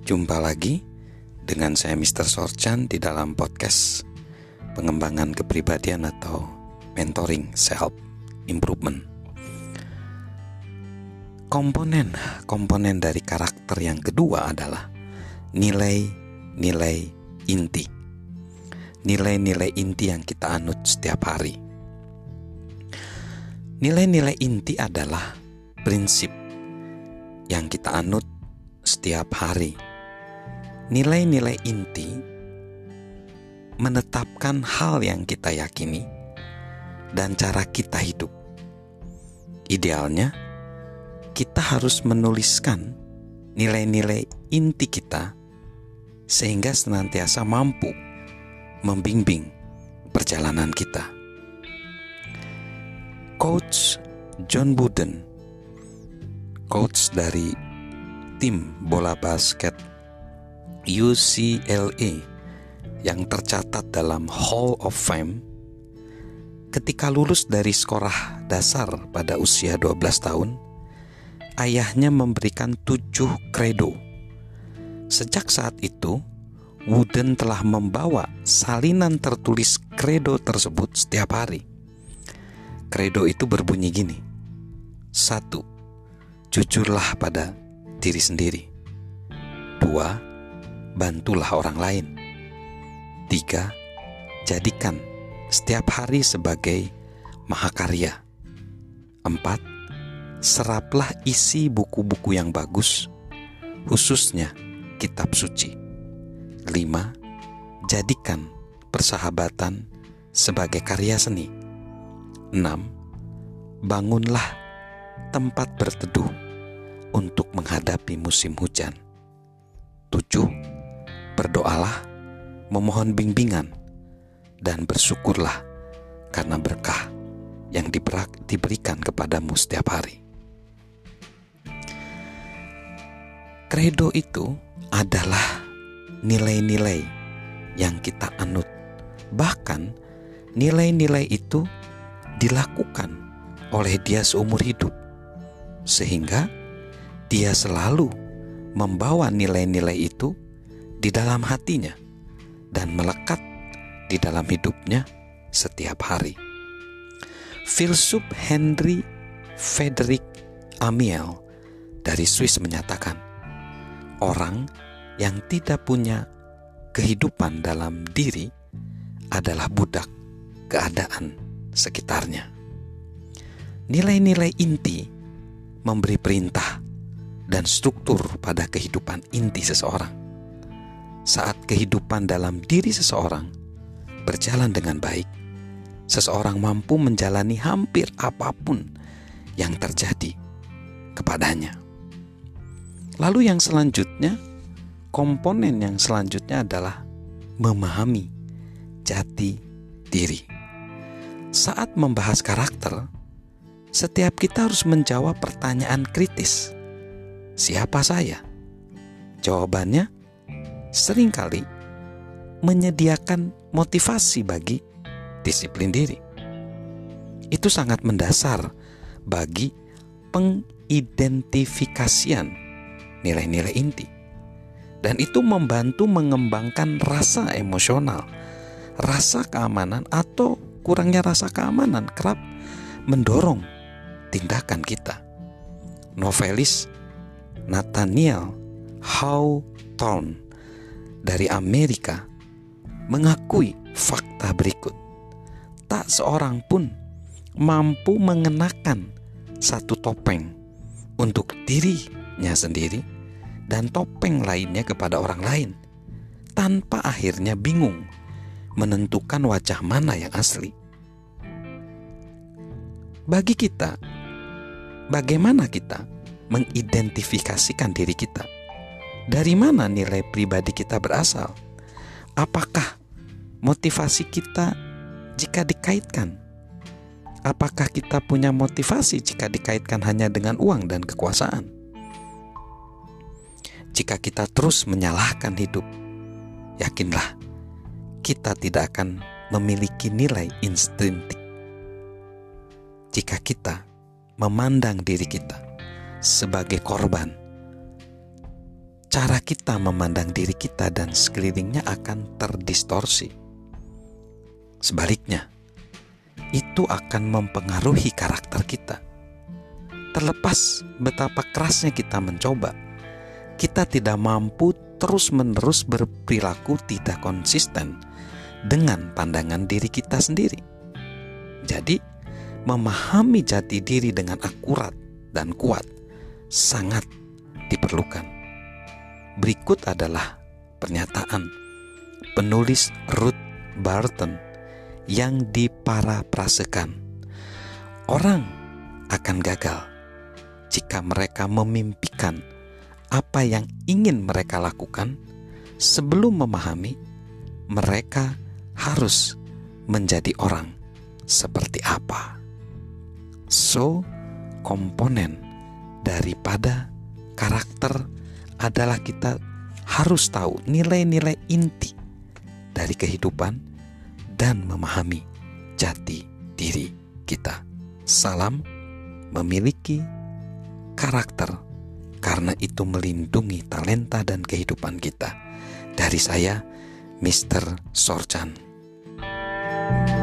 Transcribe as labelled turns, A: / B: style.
A: Jumpa lagi dengan saya Mr. Sorchan di dalam podcast pengembangan kepribadian atau mentoring self improvement. Komponen dari karakter yang kedua adalah nilai-nilai inti. Nilai-nilai inti yang kita anut setiap hari. Nilai-nilai inti adalah prinsip yang kita anut setiap hari. Nilai-nilai inti menetapkan hal yang kita yakini dan cara kita hidup. Idealnya, kita harus menuliskan nilai-nilai inti kita sehingga senantiasa mampu membimbing perjalanan kita. Coach John Wooden, coach dari tim bola basket UCLA yang tercatat dalam Hall of Fame, ketika lulus dari sekolah dasar pada usia 12 tahun, ayahnya memberikan 7 kredo. Sejak saat itu, Wooden telah membawa salinan tertulis kredo tersebut setiap hari. Kredo itu berbunyi gini: 1. Jujurlah pada diri sendiri. 2. Bantulah orang lain. 3. Jadikan setiap hari sebagai mahakarya. 4. Seraplah isi buku-buku yang bagus, khususnya kitab suci. 5. Jadikan persahabatan sebagai karya seni. 6. Bangunlah tempat berteduh untuk menghadapi musim hujan. 7. Berdoalah, memohon bimbingan, dan bersyukurlah karena berkah yang diberikan kepadamu setiap hari. Kredo itu adalah nilai-nilai yang kita anut. Bahkan nilai-nilai itu dilakukan oleh dia seumur hidup, sehingga dia selalu membawa nilai-nilai itu di dalam hatinya dan melekat di dalam hidupnya setiap hari. Filsuf Henry Frederick Amiel dari Swiss menyatakan, orang yang tidak punya kehidupan dalam diri adalah budak keadaan sekitarnya. Nilai-nilai inti memberi perintah dan struktur pada kehidupan inti seseorang. Saat kehidupan dalam diri seseorang berjalan dengan baik, seseorang mampu menjalani hampir apapun yang terjadi kepadanya. Lalu yang selanjutnya, komponen yang selanjutnya adalah memahami jati diri. Saat membahas karakter, setiap kita harus menjawab pertanyaan kritis. Siapa saya? Jawabannya seringkali menyediakan motivasi bagi disiplin diri. Itu sangat mendasar bagi pengidentifikasian nilai-nilai inti. Dan itu membantu mengembangkan rasa emosional, rasa keamanan atau kurangnya rasa keamanan kerap mendorong tindakan kita. Novelis Nathaniel Hawthorne dari Amerika mengakui fakta berikut: tak seorang pun mampu mengenakan satu topeng untuk dirinya sendiri dan topeng lainnya kepada orang lain tanpa akhirnya bingung menentukan wajah mana yang asli. Bagi kita, bagaimana kita mengidentifikasikan diri kita? Dari mana nilai pribadi kita berasal? Apakah motivasi kita jika dikaitkan? Apakah kita punya motivasi jika dikaitkan hanya dengan uang dan kekuasaan? Jika kita terus menyalahkan hidup, yakinlah kita tidak akan memiliki nilai intrinsik. Jika kita memandang diri kita sebagai korban, cara kita memandang diri kita dan sekelilingnya akan terdistorsi. Sebaliknya, itu akan mempengaruhi karakter kita. Terlepas betapa kerasnya kita mencoba, kita tidak mampu terus-menerus berperilaku tidak konsisten dengan pandangan diri kita sendiri. Jadi, memahami jati diri dengan akurat dan kuat sangat diperlukan. Berikut adalah pernyataan penulis Ruth Barton yang diparafrasekan. Orang akan gagal jika mereka memimpikan apa yang ingin mereka lakukan sebelum memahami mereka harus menjadi orang seperti apa. So, komponen daripada karakter adalah kita harus tahu nilai-nilai inti dari kehidupan dan memahami jati diri kita. Salam memiliki karakter, karena itu melindungi talenta dan kehidupan kita. Dari saya, Mr. Sorchan.